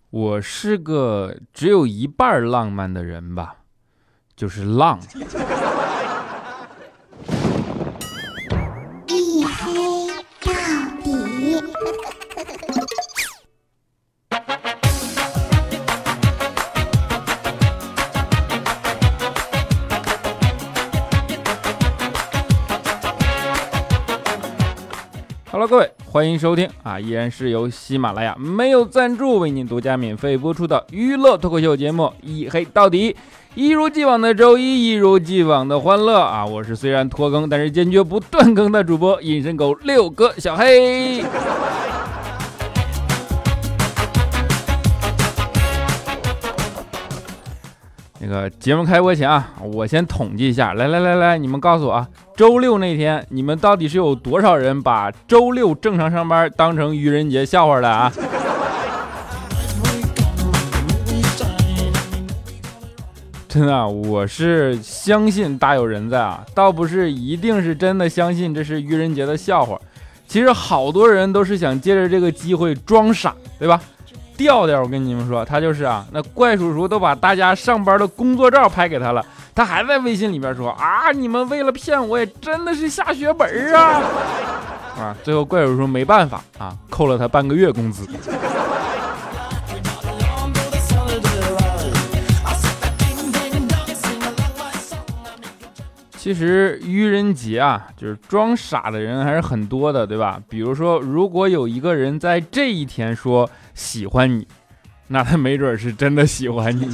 我是个只有一半浪漫的人吧，就是浪。 一黑到底。 Hello， 各位，欢迎收听依然是由喜马拉雅没有赞助为您独家免费播出的娱乐脱口秀节目《一黑到底》，一如既往的周一，一如既往的欢乐我是虽然拖更，但是坚决不断更的主播隐身狗六哥小黑。那个节目开播前我先统计一下，来，你们告诉我周六那天你们到底是有多少人把周六正常上班当成愚人节笑话的真的我是相信大有人在倒不是一定是真的相信这是愚人节的笑话。其实好多人都是想借着这个机会装傻，对吧？调调，我跟你们说，他就是那怪叔叔都把大家上班的工作照拍给他了，他还在微信里面说你们为了骗我也真的是下血本最后怪叔叔没办法扣了他半个月工资。其实愚人节就是装傻的人还是很多的，对吧？比如说，如果有一个人在这一天说喜欢你，那他没准是真的喜欢你。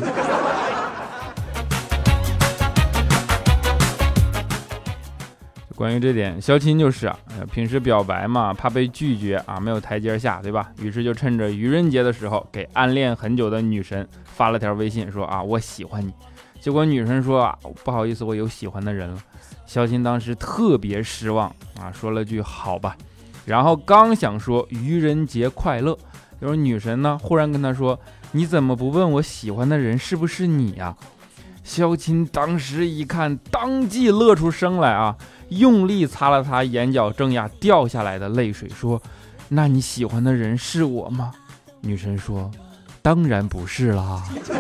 关于这点，肖钦就是平时表白嘛，怕被拒绝没有台阶下，对吧？于是就趁着愚人节的时候，给暗恋很久的女神发了条微信，说我喜欢你。结果女神说不好意思，我有喜欢的人了。肖钦当时特别失望说了句好吧，然后刚想说愚人节快乐，然后女神呢忽然跟他说，你怎么不问我喜欢的人是不是你肖钦当时一看，当即乐出声来用力擦了他眼角正要掉下来的泪水，说，那你喜欢的人是我吗？女神说，当然不是啦。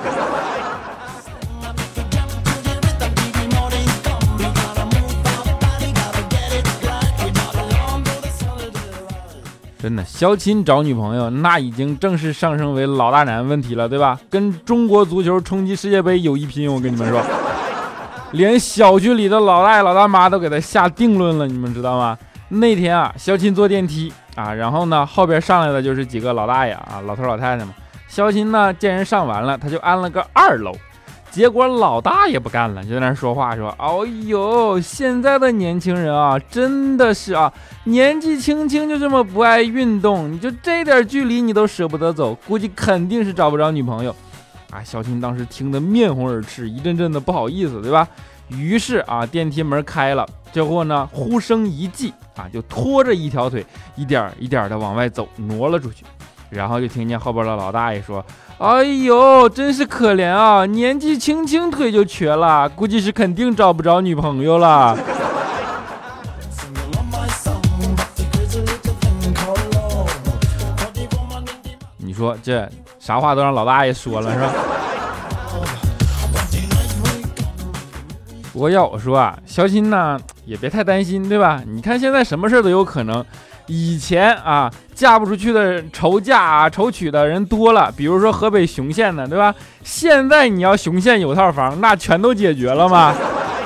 真的，肖钦找女朋友那已经正式上升为老大难问题了，对吧？跟中国足球冲击世界杯有一拼，我跟你们说，连小区里的老大爷老大妈都给他下定论了，你们知道吗？那天肖钦坐电梯然后呢后边上来的就是几个老大爷老头老太太嘛。肖钦呢见人上完了，他就安了个2楼。结果老大爷不干了，就在那说话说，现在的年轻人真的是年纪轻轻就这么不爱运动，你就这点距离你都舍不得走，估计肯定是找不着女朋友肖钦当时听得面红耳赤，一阵阵的不好意思，对吧？于是电梯门开了，结果呢呼声一记就拖着一条腿一点一点的往外走，挪了出去。然后就听见后边的老大爷说，真是可怜年纪轻轻腿就瘸了，估计是肯定找不着女朋友了。你说这啥话都让老大爷说了是吧？不过要我说肖钦呢也别太担心，对吧？你看现在什么事都有可能。以前嫁不出去的愁嫁愁娶的人多了，比如说河北雄县的，对吧？现在你要雄县有套房，那全都解决了吗？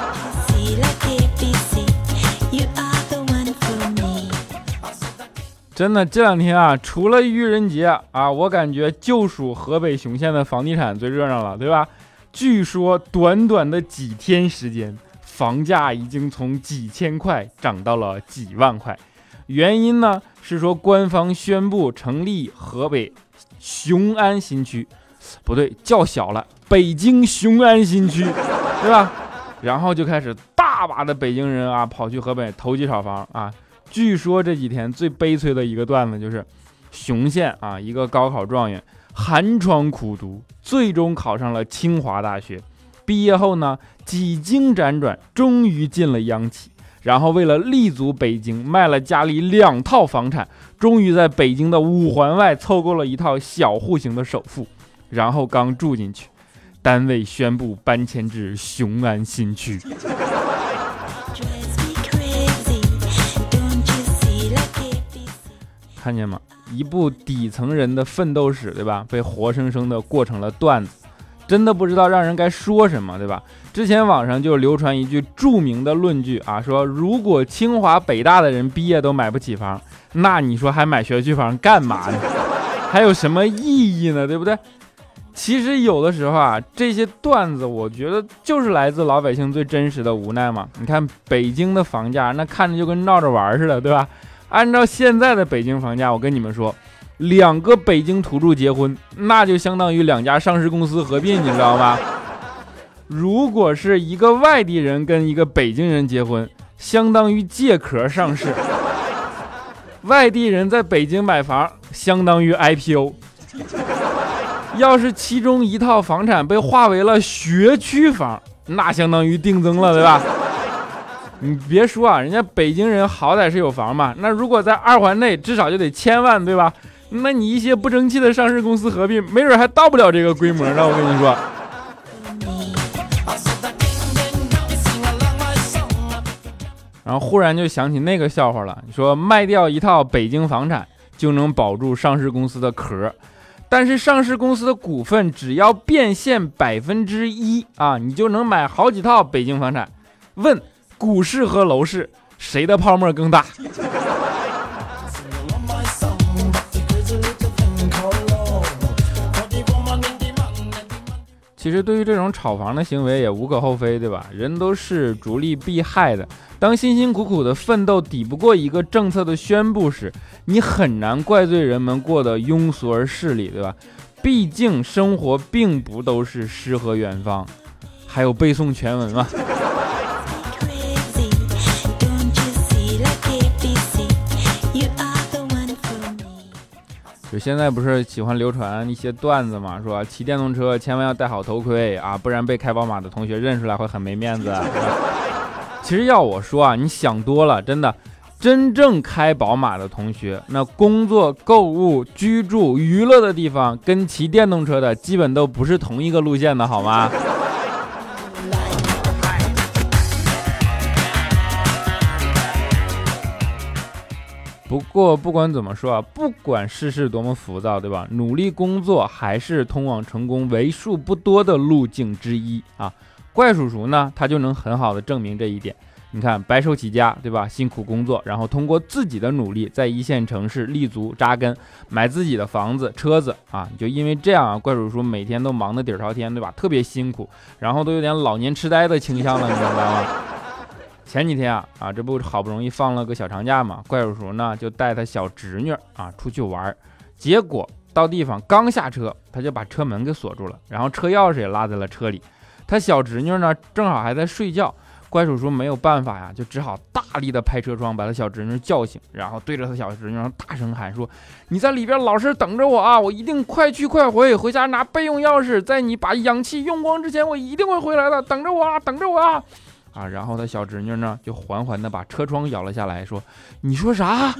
真的这两天除了愚人节我感觉就属河北雄县的房地产最热闹了，对吧？据说短短的几天时间，房价已经从几千块涨到了几万块。原因呢是说官方宣布成立河北雄安新区，不对，叫小了，北京雄安新区，对吧？然后就开始大把的北京人跑去河北投机炒房据说这几天最悲催的一个段子就是雄县一个高考状元寒窗苦读，最终考上了清华大学。毕业后呢，几经辗转，终于进了央企。 然后为了立足北京，卖了家里2套房产，终于在北京的5环外凑够了一套小户型的首付，然后刚住进去，单位宣布搬迁至雄安新区。看见吗？一部底层人的奋斗史，对吧？被活生生的过成了段子，真的不知道让人该说什么，对吧？之前网上就流传一句著名的论据啊，说如果清华北大的人毕业都买不起房，那你说还买学区房干嘛呢？还有什么意义呢？对不对？其实有的时候啊，这些段子我觉得就是来自老百姓最真实的无奈嘛。你看北京的房价，那看着就跟闹着玩似的，对吧？按照现在的北京房价，我跟你们说，2个北京土著结婚，那就相当于2家上市公司合并，你知道吗？如果是一个外地人跟一个北京人结婚，相当于借壳上市。外地人在北京买房，相当于 IPO。要是其中一套房产被划为了学区房，那相当于定增了，对吧？你别说啊，人家北京人好歹是有房嘛，那如果在2环内至少就得1000万，对吧？那你一些不争气的上市公司合并，没准还到不了这个规模呢，我跟你说。然后忽然就想起那个笑话了，你说卖掉一套北京房产就能保住上市公司的壳，但是上市公司的股份只要变现1%啊，你就能买好几套北京房产。问股市和楼市谁的泡沫更大？其实对于这种炒房的行为也无可厚非，对吧？人都是逐利避害的，当辛辛苦苦的奋斗抵不过一个政策的宣布时，你很难怪罪人们过得庸俗而势利，对吧？毕竟生活并不都是诗和远方，还有背诵全文嘛。就现在不是喜欢流传一些段子嘛，说骑电动车千万要戴好头盔啊，不然被开宝马的同学认出来会很没面子。其实要我说啊，你想多了，真的，真正开宝马的同学，那工作、购物、居住、娱乐的地方跟骑电动车的基本都不是同一个路线的，好吗？不过不管怎么说啊，不管世事多么浮躁，对吧？努力工作还是通往成功为数不多的路径之一啊。怪叔叔呢，他就能很好的证明这一点。你看，白手起家，对吧？辛苦工作，然后通过自己的努力，在一线城市立足扎根，买自己的房子、车子啊。就因为这样啊，怪叔叔每天都忙得底儿朝天，对吧？特别辛苦，然后都有点老年痴呆的倾向了，你知道吗？前几天啊，这不好不容易放了个小长假嘛，怪叔叔呢就带他小侄女啊出去玩，结果到地方刚下车，他就把车门给锁住了，然后车钥匙也落在了车里。他小侄女呢正好还在睡觉，怪叔叔没有办法呀，就只好大力的拍车窗把他小侄女叫醒，然后对着他小侄女大声喊说：“你在里边老实等着我啊，我一定快去快回，回家拿备用钥匙，在你把氧气用光之前，我一定会回来的，等着我啊，等着我啊！”啊，然后他小侄女呢就缓缓的把车窗摇了下来，说：“你说啥？”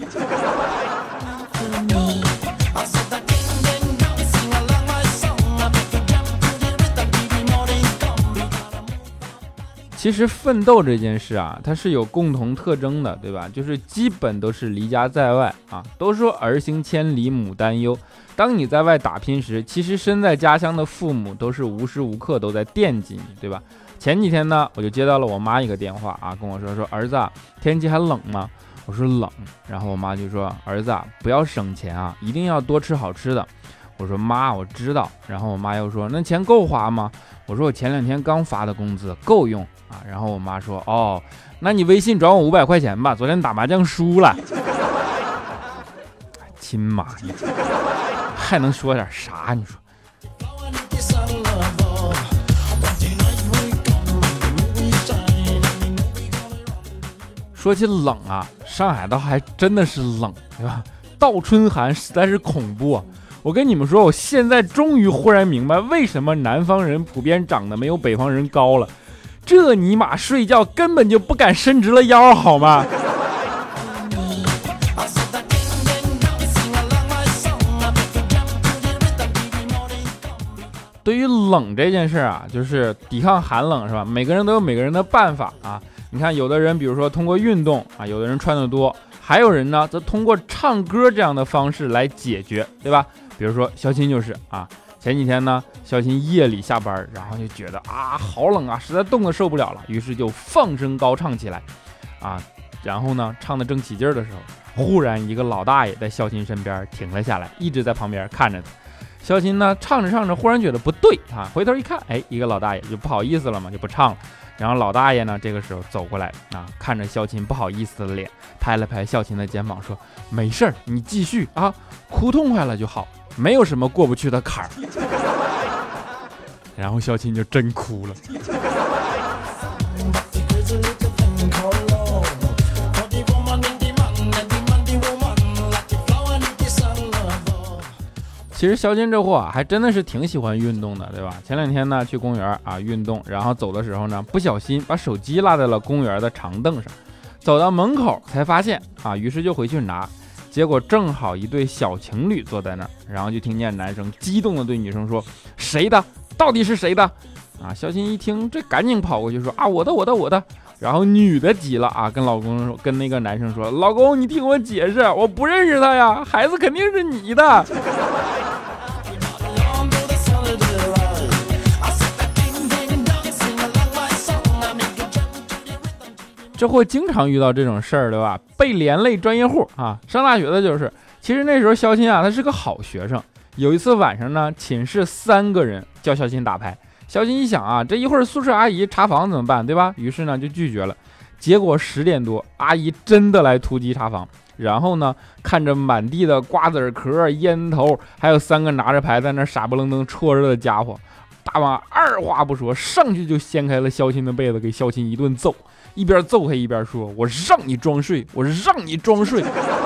其实奋斗这件事啊，它是有共同特征的，对吧？就是基本都是离家在外啊。都说儿行千里母担忧，当你在外打拼时，其实身在家乡的父母都是无时无刻都在惦记你，对吧？前几天呢，我就接到了我妈一个电话啊，跟我说儿子啊，天气还冷吗？我说冷，然后我妈就说儿子啊，不要省钱啊，一定要多吃好吃的。我说妈，我知道。然后我妈又说那钱够花吗？我说我前2天刚发的工资够用啊。然后我妈说哦，那你微信转我500块钱吧，昨天打麻将输了。亲妈呀，还能说点啥？你说。说起冷啊，上海倒还真的是冷，对吧？倒春寒实在是恐怖啊。我跟你们说，我现在终于忽然明白为什么南方人普遍长得没有北方人高了。 这尼玛睡觉根本就不敢伸直了腰，好吗？对于冷这件事啊，就是抵抗寒冷是吧？每个人都有每个人的办法啊。你看，有的人比如说通过运动啊，有的人穿得多，还有人呢则通过唱歌这样的方式来解决，对吧？比如说肖钦就是啊，前几天呢，肖钦夜里下班，然后就觉得啊好冷啊，实在冻得受不了了，于是就放声高唱起来啊。然后呢，唱得正起劲儿的时候，忽然一个老大爷在肖钦身边停了下来，一直在旁边看着他。肖钦呢唱着唱着，忽然觉得不对啊，回头一看，哎，一个老大爷就不好意思了嘛，就不唱了。然后老大爷呢这个时候走过来啊，看着肖钦不好意思的脸，拍了拍肖钦的肩膀说：“没事儿，你继续啊，哭痛快了就好，没有什么过不去的坎儿。”然后肖钦就真哭了。其实肖钦这货啊，还真的是挺喜欢运动的，对吧？前两天呢去公园啊运动，然后走的时候呢，不小心把手机落在了公园的长凳上，走到门口才发现啊，于是就回去拿，结果正好一对小情侣坐在那儿，然后就听见男生激动的对女生说：“谁的？到底是谁的？”啊，肖钦一听，这赶紧跑过去说：“啊，我的，我的，我的。”然后女的急了啊，跟老公说，跟那个男生说：“老公，你听我解释，我不认识他呀，孩子肯定是你的。”这货经常遇到这种事儿，对吧？被连累专业户啊！上大学的就是，其实那时候肖钦啊，他是个好学生。有一次晚上呢，寝室3个人叫肖钦打牌，肖钦一想啊，这一会儿宿舍阿姨查房怎么办，对吧？于是呢就拒绝了。结果10点多，阿姨真的来突击查房，然后呢，看着满地的瓜子壳、烟头，还有3个拿着牌在那傻不愣登戳着的家伙，大妈二话不说，上去就掀开了肖钦的被子，给肖钦一顿揍。一边揍他一边说：“我让你装睡，我让你装睡。”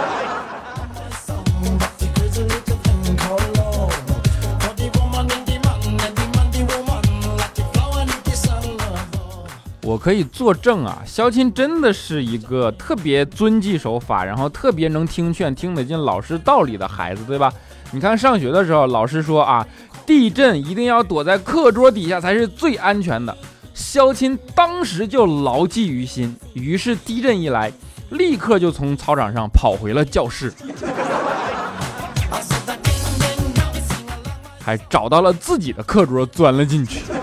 我可以作证啊，肖钦真的是一个特别遵纪守法，然后特别能听劝、听得进老师道理的孩子，对吧？你看上学的时候，老师说啊，地震一定要躲在课桌底下才是最安全的。肖钦当时就牢记于心，于是地震一来，立刻就从操场上跑回了教室，还找到了自己的课桌钻了进去。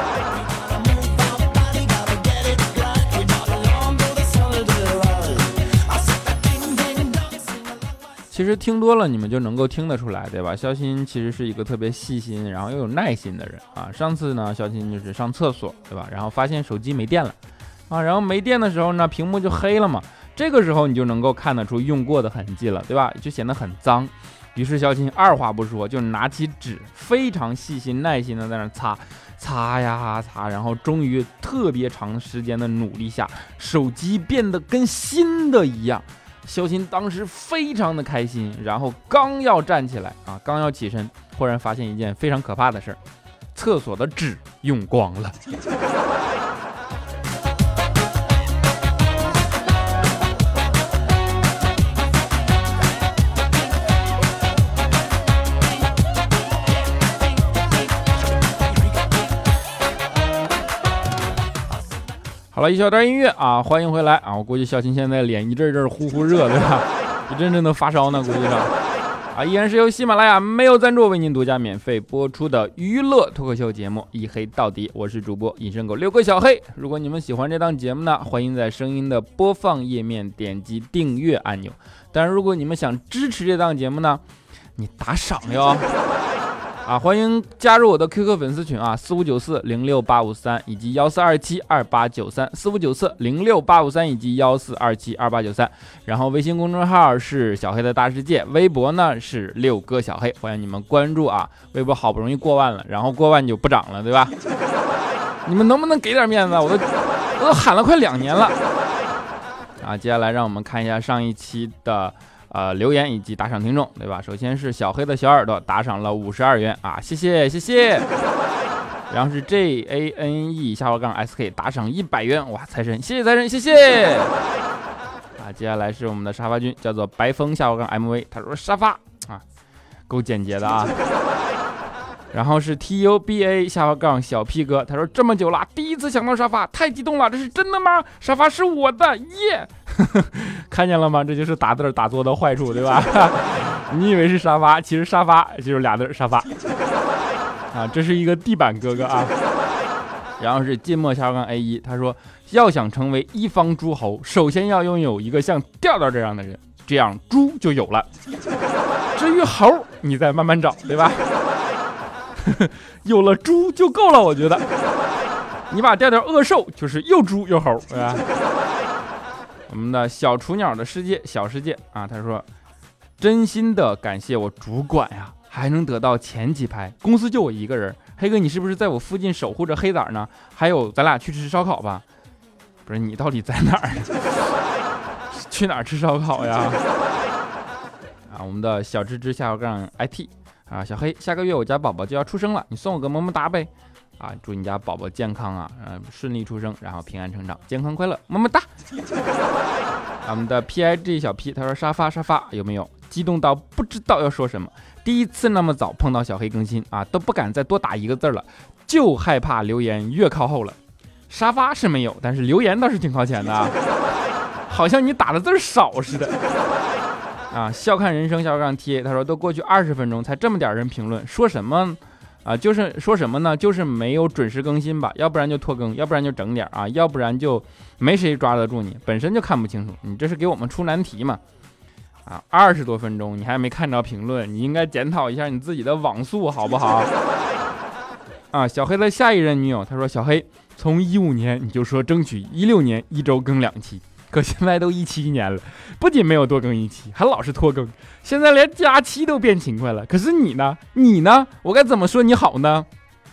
其实听多了你们就能够听得出来，对吧？肖钦其实是一个特别细心然后又有耐心的人啊。上次呢，肖钦就是上厕所，对吧？然后发现手机没电了啊，然后没电的时候呢，屏幕就黑了嘛。这个时候你就能够看得出用过的痕迹了，对吧？就显得很脏。于是肖钦二话不说就拿起纸，非常细心耐心的在那擦呀擦，然后终于特别长时间的努力下，手机变得跟新的一样。肖钦当时非常的开心，然后刚要站起来啊，刚要起身，忽然发现一件非常可怕的事儿，厕所的纸用光了。好了，一小段音乐啊，欢迎回来啊！我估计肖钦现在脸一阵阵呼呼热，对吧？一阵阵的发烧呢，估计上啊，依然是由喜马拉雅没有赞助为您独家免费播出的娱乐脱口秀节目《一黑到底》，我是主播隐身狗6个小黑。如果你们喜欢这档节目呢，欢迎在声音的播放页面点击订阅按钮。当然，如果你们想支持这档节目呢，你打赏哟。啊，欢迎加入我的 QQ 粉丝群啊，4594068553以及14272893459406853以及142728993，然后微信公众号是小黑的大世界，微博呢是6哥小黑，欢迎你们关注啊。微博好不容易过万了，然后过万就不涨了，对吧？你们能不能给点面子？我都喊了快2年了啊。接下来让我们看一下上一期的留言以及打赏听众，对吧？首先是小黑的小耳朵打赏了52元啊，谢谢谢谢。 然后是 JANE 下划杠 SK 打赏100元，哇，财神，谢谢财神，谢谢。接下来是我们的沙发君，叫做白风下划杠 MV， 他说沙发啊，够简洁的啊。然后是 TUBA 下划杠小 P 哥，他说这么久了，第一次想到沙发，太激动了，这是真的吗？沙发是我的，耶！看见了吗？这就是打字打错的坏处，对吧？你以为是沙发，其实沙发就是俩字沙发啊，这是一个地板哥哥啊。然后是芥末下划杠 A1，他说要想成为一方诸侯，首先要拥有一个像调调这样的人，这样猪就有了。至于猴，你再慢慢找，对吧？有了猪就够了，我觉得。你把调调饿瘦，就是又猪又猴，对吧？我们的小雏鸟的世界小世界啊，他说真心的感谢我主管呀，还能得到前几排，公司就我一个人。黑哥，你是不是在我附近守护着黑崽呢？还有，咱俩去吃烧烤吧。不是，你到底在哪儿？去哪儿吃烧烤呀？啊，我们的小芝芝下划杠 IT 啊，小黑，下个月我家宝宝就要出生了，你送我个么么哒呗。啊，祝你家宝宝健康啊，顺利出生，然后平安成长，健康快乐，么么哒。啊，我们的 PIG 小 P 他说沙发有没有？激动到不知道要说什么。第一次那么早碰到小黑更新啊，都不敢再多打一个字了，就害怕留言越靠后了。沙发是没有，但是留言倒是挺靠前的啊，好像你打的字少似的。啊，笑看人生下划杠 TA 他说都过去20分钟才这么点人评论，说什么啊？就是说什么呢？就是没有准时更新吧，要不然就拖更，要不然就整点啊，要不然就没谁抓得住你，本身就看不清楚，你这是给我们出难题嘛？啊，20多分钟你还没看着评论，你应该检讨一下你自己的网速好不好？啊，小黑的下一任女友他说小黑从15年你就说争取16年1周更2期，可现在都17年了，不仅没有多更1期，还老是拖更，现在连假期都变勤快了。可是你呢？你呢？我该怎么说你好呢？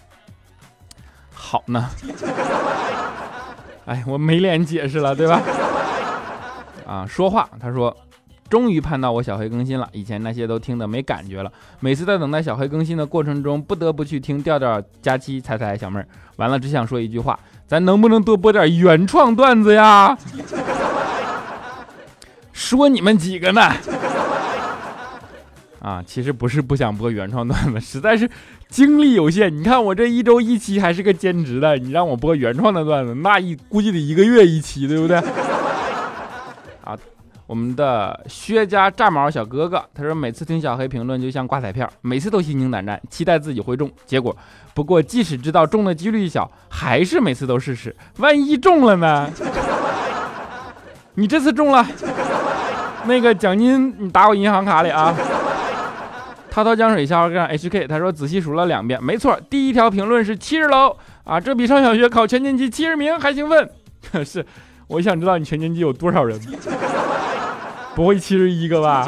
好呢？哎，我没脸解释了，对吧？啊，说话，他说终于盼到我小黑更新了，以前那些都听得没感觉了，每次在等待小黑更新的过程中，不得不去听调调、佳期、彩彩、小妹儿，完了只想说一句话，咱能不能多播点原创段子呀？说你们几个呢？啊，其实不是不想播原创段子，实在是精力有限。你看我这1周1期还是个兼职的，你让我播原创的段子，那估计得1个月1期，对不对？啊，我们的薛家炸毛小哥哥他说每次听小黑评论就像挂彩票，每次都心惊胆战，期待自己会中，结果不过即使知道中的几率小，还是每次都试试，万一中了呢？你这次中了，那个奖金你打我银行卡里啊。滔滔江水下划杠 HK 他说仔细数了2遍，没错，第一条评论是70楼啊，这比上小学考全年级70名还兴奋。是，我想知道你全年级有多少人，不会71个吧？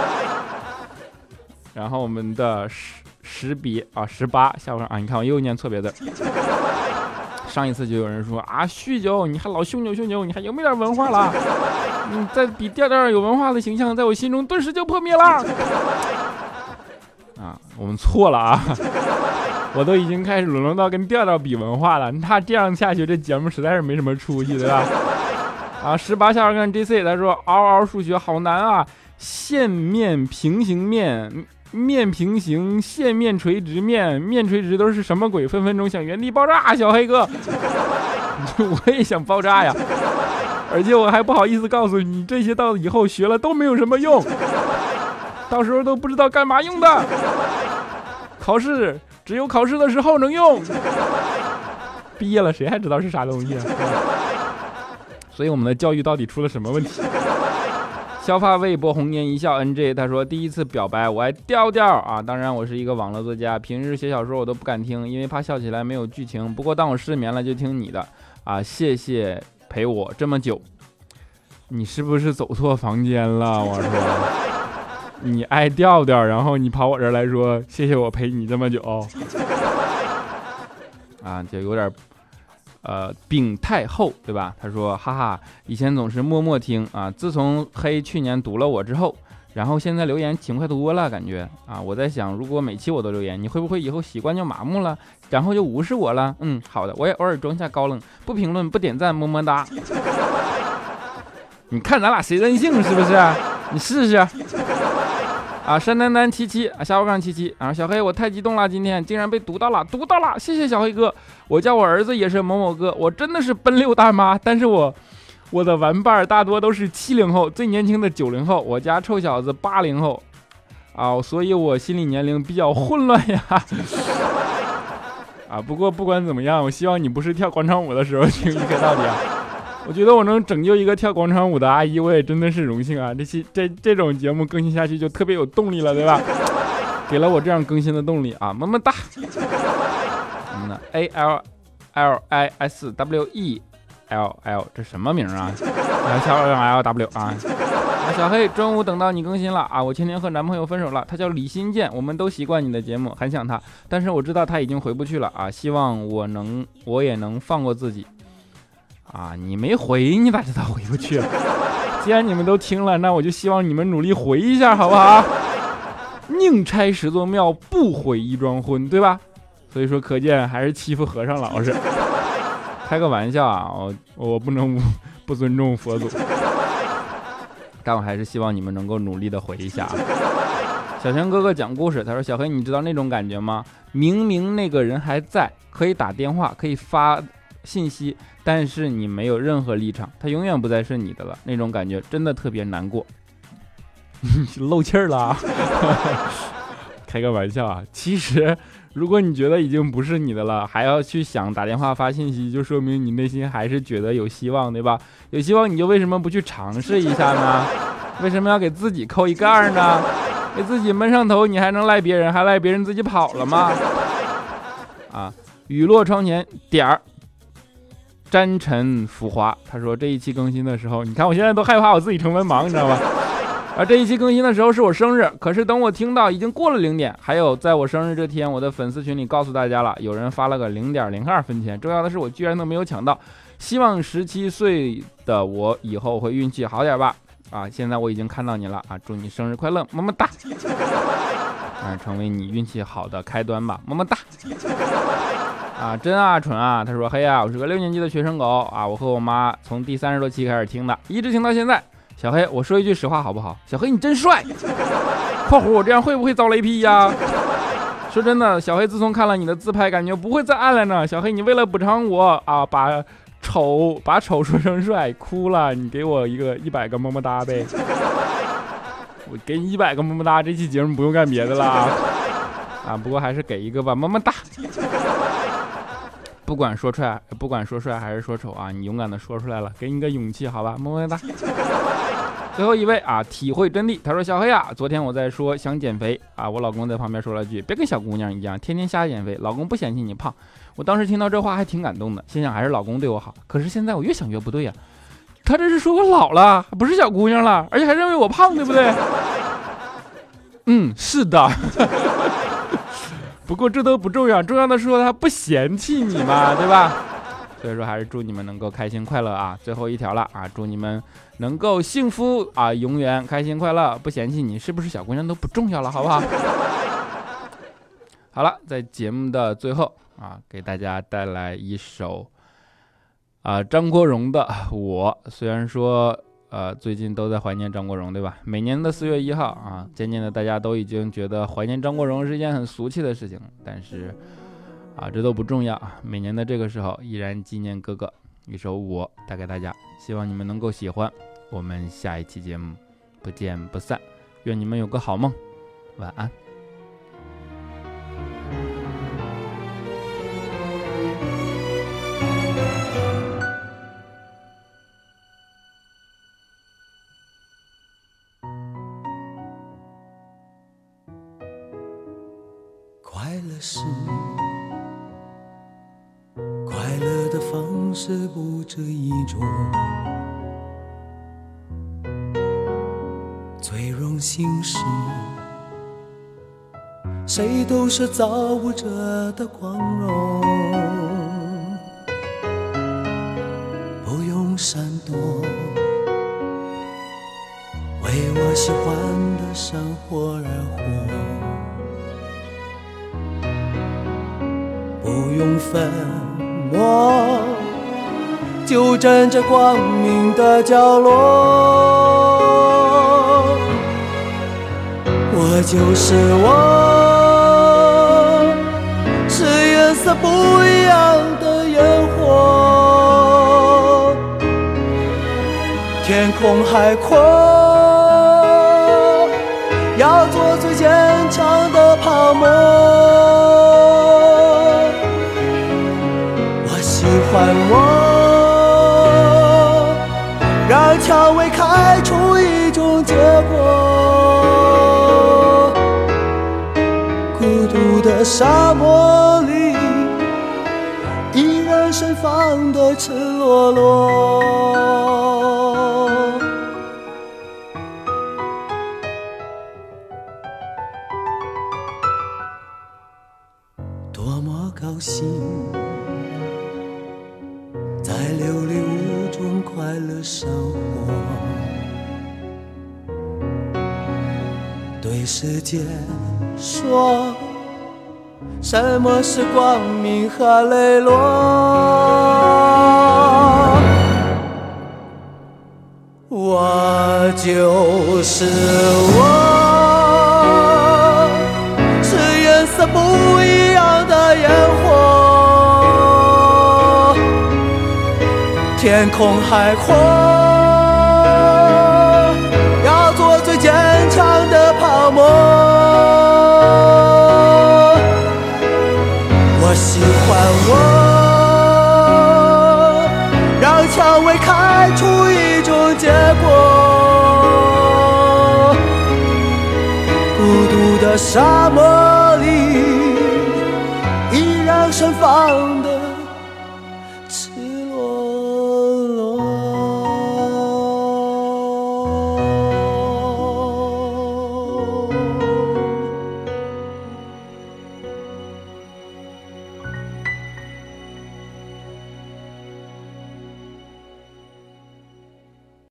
然后我们的18下划杠啊，你看我又念错别字。上一次就有人说啊，酗酒，你还老酗酒，你还有没有点文化了？你在比调调有文化的形象，在我心中顿时就破灭了。啊，我们错了啊！我都已经开始沦落到跟调调比文化了，那这样下去，这节目实在是没什么出息，对吧？啊，18下划杠 JC 他说嗷数学好难啊，线面平行面。面平行，线面垂直，面垂直都是什么鬼？分分钟想原地爆炸，小黑哥，我也想爆炸呀！而且我还不好意思告诉你，这些到以后学了都没有什么用，到时候都不知道干嘛用的。考试只有考试的时候能用，毕业了谁还知道是啥东西啊？所以我们的教育到底出了什么问题？消发微博红颜一笑 NJ 他说第一次表白我爱调调啊，当然我是一个网络作家，平日写小说我都不敢听，因为怕笑起来没有剧情，不过当我失眠了就听你的啊，谢谢陪我这么久。你是不是走错房间了？我说你爱调调，然后你跑我这儿来说谢谢我陪你这么久啊，就有点丙太后对吧？他说哈哈，以前总是默默听啊，自从黑去年毒了我之后， 然后现在留言勤快多了，感觉啊，我在想，如果每期我都留言，你会不会以后习惯就麻木了，然后就无视我了？好的，我也偶尔装下高冷，不评论，不点赞，么么哒。你看咱俩谁任性是不是？你试试。啊，山丹丹77啊，下午杠77啊，小黑，我太激动了，今天竟然被读到了，谢谢小黑哥。我叫我儿子也是某某哥，我真的是奔六大妈，但是我的玩伴大多都是70后，最年轻的90后，我家臭小子80后啊，所以我心理年龄比较混乱呀。啊，不过不管怎么样，我希望你不是跳广场舞的时候听一个到底啊。我觉得我能拯救一个跳广场舞的阿姨，我也真的是荣幸啊！这种节目更新下去就特别有动力了，对吧？给了我这样更新的动力啊，么么哒。ALLISWELL， 这什么名啊？小 LW 啊！小黑，中午等到你更新了啊！我前天和男朋友分手了，他叫李新建，我们都习惯你的节目，很想他，但是我知道他已经回不去了啊！希望我也能放过自己。啊，你没回，你咋知道回不去？既然你们都听了，那我就希望你们努力回一下，好不好？宁拆10座庙，不毁一桩婚，对吧？所以说，可见还是欺负和尚老实。开个玩笑啊，我不能不尊重佛祖，但我还是希望你们能够努力的回一下。小强哥哥讲故事，他说：“小黑，你知道那种感觉吗？明明那个人还在，可以打电话，可以发信息，但是你没有任何立场，他永远不再是你的了，那种感觉真的特别难过。”漏气儿了。开个玩笑啊，其实如果你觉得已经不是你的了，还要去想打电话发信息，就说明你内心还是觉得有希望，对吧？有希望你就为什么不去尝试一下呢？为什么要给自己扣一盖呢？给自己闷上头，你还能赖别人，还赖别人自己跑了吗？啊，雨落窗前点儿沾尘浮华，他说这一期更新的时候，你看我现在都害怕我自己成文盲，你知道吗？这一期更新的时候是我生日，可是等我听到已经过了0点。还有在我生日这天，我的粉丝群里告诉大家了，有人发了个0.02分钱，重要的是我居然都没有抢到。希望17岁的我以后会运气好点吧。啊，现在我已经看到你了啊，祝你生日快乐，么么哒。成为你运气好的开端吧，么么哒。啊，真啊蠢啊！他说：“嘿呀，我是个6年级的学生狗啊，我和我妈从第30多期开始听的，一直听到现在。小黑，我说一句实话好不好？小黑你真帅。括弧我这样会不会遭雷劈呀？说真的，小黑自从看了你的自拍，感觉不会再暗了呢。小黑，你为了补偿我啊，把丑说成帅，哭了，你给我100个么么哒呗。我给你100个么么哒，这期节目不用干别的了啊，不过还是给一个吧，么么哒。”不管说帅还是说丑啊，你勇敢的说出来了，给你个勇气，好吧，么么哒。最后一位啊，体会真谛，他说：“小黑啊，昨天我在说想减肥啊，我老公在旁边说了句，别跟小姑娘一样，天天瞎减肥，老公不嫌弃你胖。我当时听到这话还挺感动的，心想还是老公对我好。可是现在我越想越不对呀，他这是说我老了，不是小姑娘了，而且还认为我胖，对不对？是的。不过这都不重要，重要的是说他不嫌弃你嘛，对吧？所以说还是祝你们能够开心快乐啊！最后一条了啊，祝你们能够幸福啊，永远开心快乐，不嫌弃你是不是小姑娘都不重要了，好不好？好了，在节目的最后啊，给大家带来一首张国荣的《我》。虽然说最近都在怀念张国荣，对吧？每年的4月1号啊，渐渐的大家都已经觉得怀念张国荣是一件很俗气的事情，但是这都不重要啊。每年的这个时候依然纪念哥哥，一首《我》带给大家，希望你们能够喜欢。我们下一期节目不见不散，愿你们有个好梦，晚安。 快乐是快乐的方式不止一种，最荣幸是谁都是造物者的光荣，不用闪躲，为我喜欢的生活而活，不用粉墨，就站在光明的角落。我就是我，是颜色不一样的烟火，天空海阔，要做最坚强的泡沫。我喜欢我，让蔷薇开出一种结果。孤独的沙漠里，依然盛放的赤裸裸。多么高兴，在流离无中快乐生活，对世界说什么是光明和磊落。我就是我，是颜色不一样的烟火，天空海阔，要做最坚强的泡沫。我喜欢我，让蔷薇开出一种结果。孤独的沙漠里，依然盛放的